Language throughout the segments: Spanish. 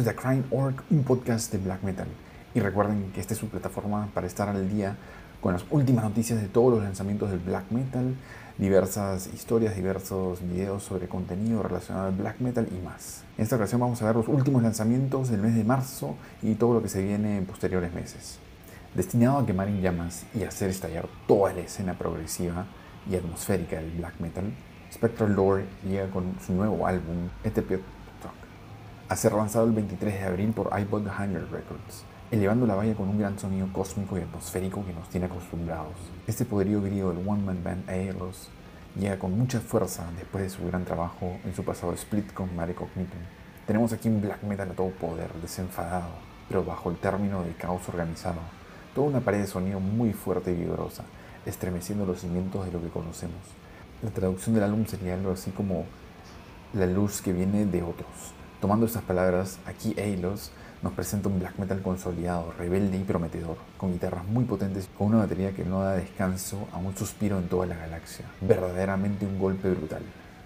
es The Crying Orc, un podcast de black metal. Y recuerden que esta es su plataforma para estar al día con las últimas noticias de todos los lanzamientos del black metal, diversas historias, diversos videos sobre contenido relacionado al black metal y más. En esta ocasión vamos a ver los últimos lanzamientos del mes de marzo y todo lo que se viene en posteriores meses. Destinado a quemar en llamas y hacer estallar toda la escena progresiva y atmosférica del black metal, Spectral Lore llega con su nuevo álbum, Etepet Talk, a ser lanzado el 23 de abril por iPod Hanger Records, elevando la valla con un gran sonido cósmico y atmosférico que nos tiene acostumbrados. Este poderío griego del One Man Band Aelos llega con mucha fuerza después de su gran trabajo en su pasado split con Mare Cognitum. Tenemos aquí un black metal a todo poder, desenfadado, pero bajo el término del caos organizado. Toda una pared de sonido muy fuerte y vigorosa, estremeciendo los cimientos de lo que conocemos. La traducción del álbum sería algo así como la luz que viene de otros. Tomando estas palabras, aquí Aelos nos presenta un black metal consolidado, rebelde y prometedor, con guitarras muy potentes, con una batería que no da descanso a un suspiro en toda la galaxia. Verdaderamente un golpe brutal.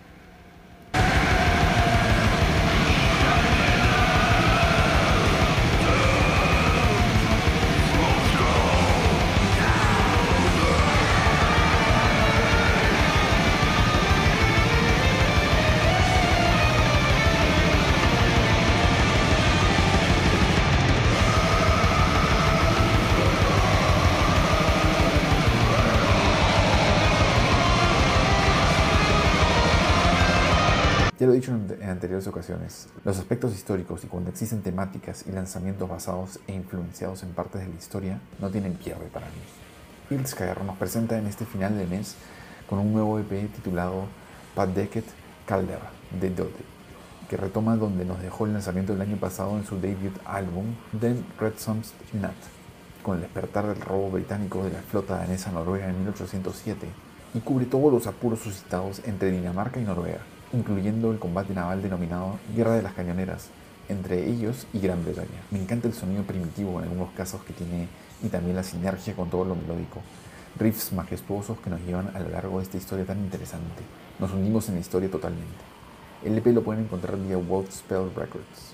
Ya lo he dicho en anteriores ocasiones, los aspectos históricos y cuando existen temáticas y lanzamientos basados e influenciados en partes de la historia, no tienen pierde para mí. Ylskir nos presenta en este final de mes con un nuevo EP titulado Padeket Caldera de Dode, que retoma donde nos dejó el lanzamiento del año pasado en su debut álbum Den Redsomst Nat, con el despertar del robo británico de la flota danesa noruega en 1807, y cubre todos los apuros suscitados entre Dinamarca y Noruega, incluyendo el combate naval denominado Guerra de las Cañoneras, entre ellos y Gran Bretaña. Me encanta el sonido primitivo en algunos casos que tiene y también la sinergia con todo lo melódico. Riffs majestuosos que nos llevan a lo largo de esta historia tan interesante. Nos hundimos en la historia totalmente. El EP lo pueden encontrar vía World Spell Records.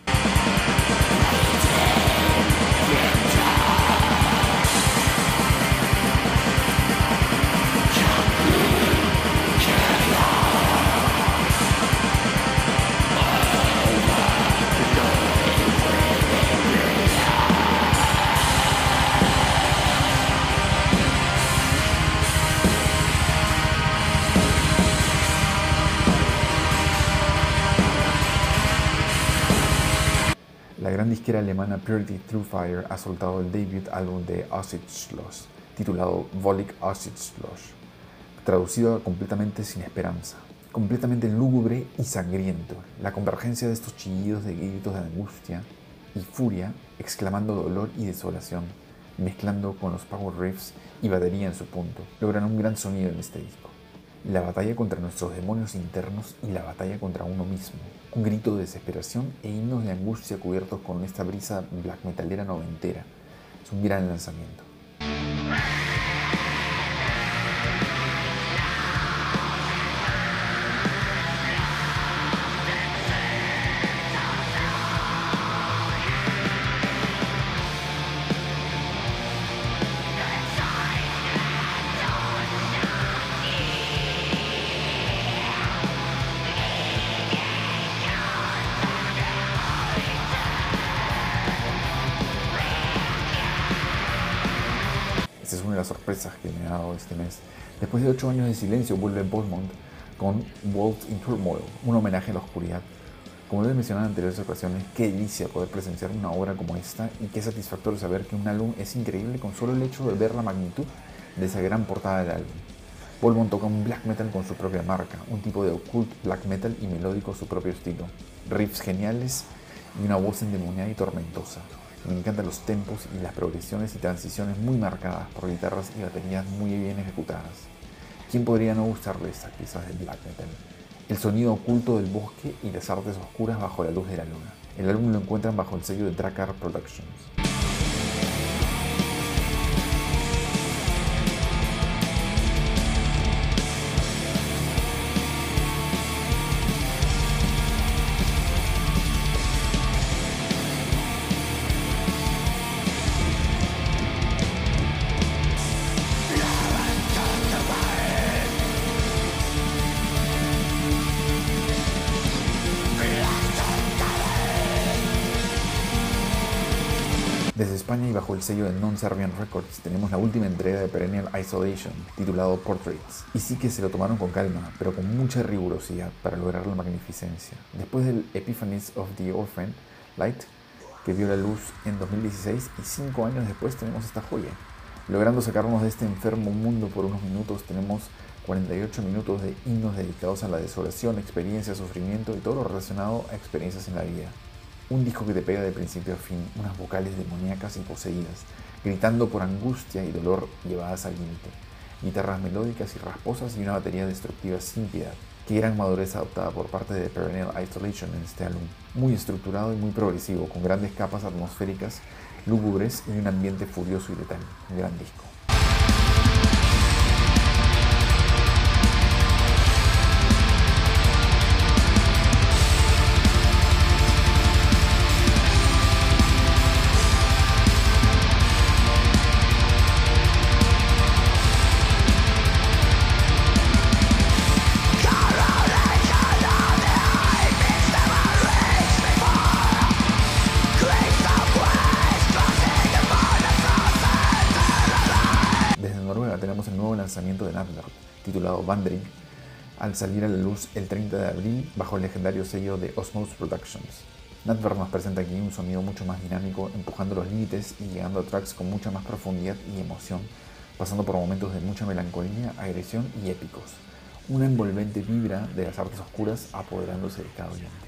La gran disquera alemana Purity Through Fire ha soltado el debut álbum de Aussichtslos, titulado Völlig Aussichtslos, traducido completamente sin esperanza, completamente lúgubre y sangriento. La convergencia de estos chillidos de gritos de angustia y furia, exclamando dolor y desolación, mezclando con los power riffs y batería en su punto, logran un gran sonido en este disco. La batalla contra nuestros demonios internos y la batalla contra uno mismo. Un grito de desesperación e himnos de angustia cubiertos con esta brisa black metalera noventera. Es un gran lanzamiento. Esta es una de las sorpresas que me ha dado este mes. Después de 8 años de silencio vuelve Volmont con World in Turmoil, un homenaje a la oscuridad. Como lo he mencionado en anteriores ocasiones, qué delicia poder presenciar una obra como esta y qué satisfactorio saber que un álbum es increíble con solo el hecho de ver la magnitud de esa gran portada del álbum. Volmont toca un black metal con su propia marca, un tipo de occult black metal y melódico su propio estilo. Riffs geniales y una voz endemoniada y tormentosa. Me encantan los tempos y las progresiones y transiciones muy marcadas por guitarras y baterías muy bien ejecutadas. ¿Quién podría no gustarle estas piezas del black metal? El sonido oculto del bosque y las artes oscuras bajo la luz de la luna. El álbum lo encuentran bajo el sello de Drakkar Productions. Desde España y bajo el sello de Non-Serbian Records tenemos la última entrega de Perennial Isolation, titulado Portraits. Y sí que se lo tomaron con calma, pero con mucha rigurosidad para lograr la magnificencia. Después del Epiphanies of the Orphan Light, que vio la luz en 2016, y 5 años después tenemos esta joya. Logrando sacarnos de este enfermo mundo por unos minutos, tenemos 48 minutos de himnos dedicados a la desolación, experiencia, sufrimiento y todo lo relacionado a experiencias en la vida. Un disco que te pega de principio a fin, unas vocales demoníacas y poseídas, gritando por angustia y dolor llevadas al límite, guitarras melódicas y rasposas y una batería destructiva sin piedad. Qué gran madurez adoptada por parte de Perennial Isolation en este álbum. Muy estructurado y muy progresivo, con grandes capas atmosféricas, lúgubres y un ambiente furioso y letal. Un gran disco. Tenemos el nuevo lanzamiento de Nattverk, titulado Vandring, al salir a la luz el 30 de abril bajo el legendario sello de Osmose Productions. Nattverk nos presenta aquí un sonido mucho más dinámico, empujando los límites y llegando a tracks con mucha más profundidad y emoción, pasando por momentos de mucha melancolía, agresión y épicos. Una envolvente vibra de las artes oscuras apoderándose de cada oyente.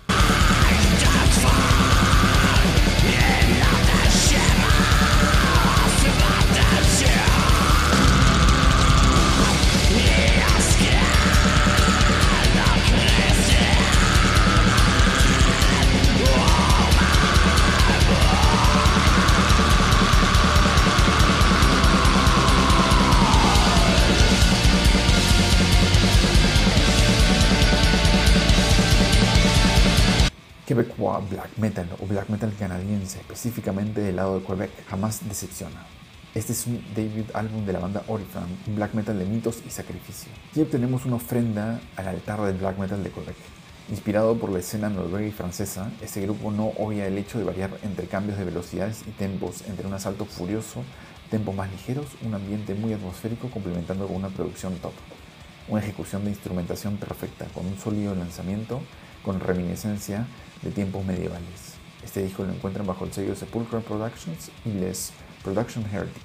Quebecois Black Metal o Black Metal canadiense, específicamente del lado de Quebec, jamás decepciona. Este es un debut álbum de la banda Oriflamme, un black metal de mitos y sacrificio. Aquí obtenemos una ofrenda al altar del black metal de Quebec. Inspirado por la escena noruega y francesa, este grupo no obvia el hecho de variar entre cambios de velocidades y tempos, entre un asalto furioso, tempos más ligeros, un ambiente muy atmosférico complementando con una producción top. Una ejecución de instrumentación perfecta, con un sólido lanzamiento, con reminiscencia de tiempos medievales. Este disco lo encuentran bajo el sello Sepulchral Productions y Les Production Heritage.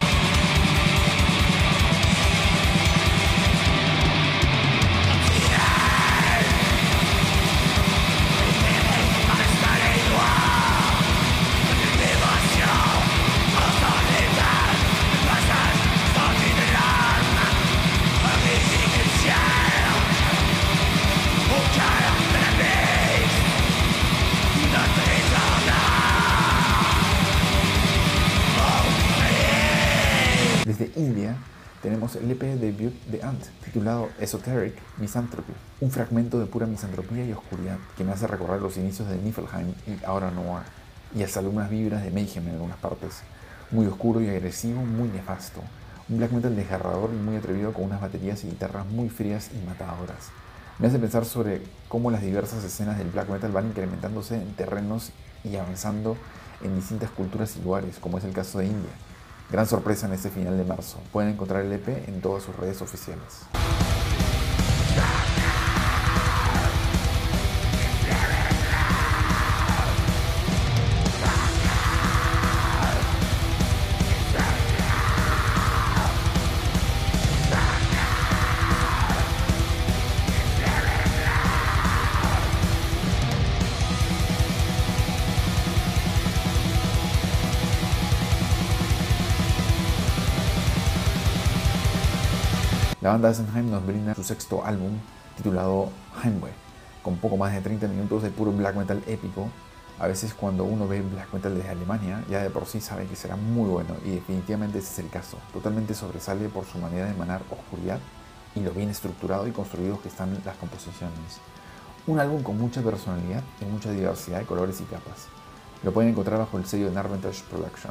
Desde India tenemos el EP debut de Ant, titulado Esoteric Misanthropy, un fragmento de pura misantropía y oscuridad que me hace recordar los inicios de Niflheim y Aura Noir, y hasta algunas vibras de Mayhem en algunas partes. Muy oscuro y agresivo, muy nefasto. Un black metal desgarrador y muy atrevido con unas baterías y guitarras muy frías y matadoras. Me hace pensar sobre cómo las diversas escenas del black metal van incrementándose en terrenos y avanzando en distintas culturas y lugares, como es el caso de India. Gran sorpresa en este final de marzo. Pueden encontrar el EP en todas sus redes oficiales. La banda Asenheim nos brinda su sexto álbum, titulado Heimweh, con poco más de 30 minutos de puro black metal épico. A veces cuando uno ve black metal desde Alemania, ya de por sí sabe que será muy bueno, y definitivamente ese es el caso. Totalmente sobresale por su manera de emanar oscuridad y lo bien estructurado y construido que están las composiciones. Un álbum con mucha personalidad y mucha diversidad de colores y capas. Lo pueden encontrar bajo el sello de Narventage Production.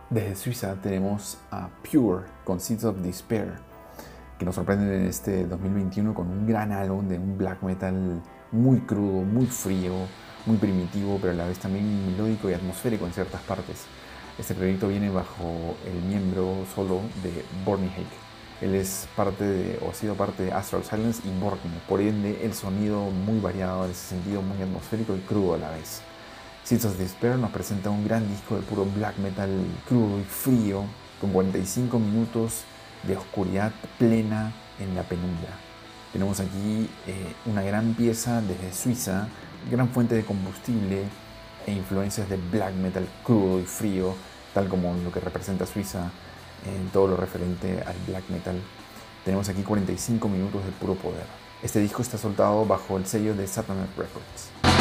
Desde Suiza tenemos a Pure con Seeds of Despair, que nos sorprende en este 2021 con un gran álbum de un black metal muy crudo, muy frío, muy primitivo, pero a la vez también melódico y atmosférico en ciertas partes. Este proyecto viene bajo el miembro solo de Borny Hake. Él es o ha sido parte de Astral Silence y Borkne, por ende el sonido muy variado en ese sentido, muy atmosférico y crudo a la vez. Seeds of Despair nos presenta un gran disco de puro black metal crudo y frío, con 45 minutos de oscuridad plena en la penumbra. Tenemos aquí una gran pieza desde Suiza, gran fuente de combustible e influencias de black metal crudo y frío, tal como lo que representa Suiza en todo lo referente al black metal. Tenemos aquí 45 minutos de puro poder. Este disco está soltado bajo el sello de Satanet Records.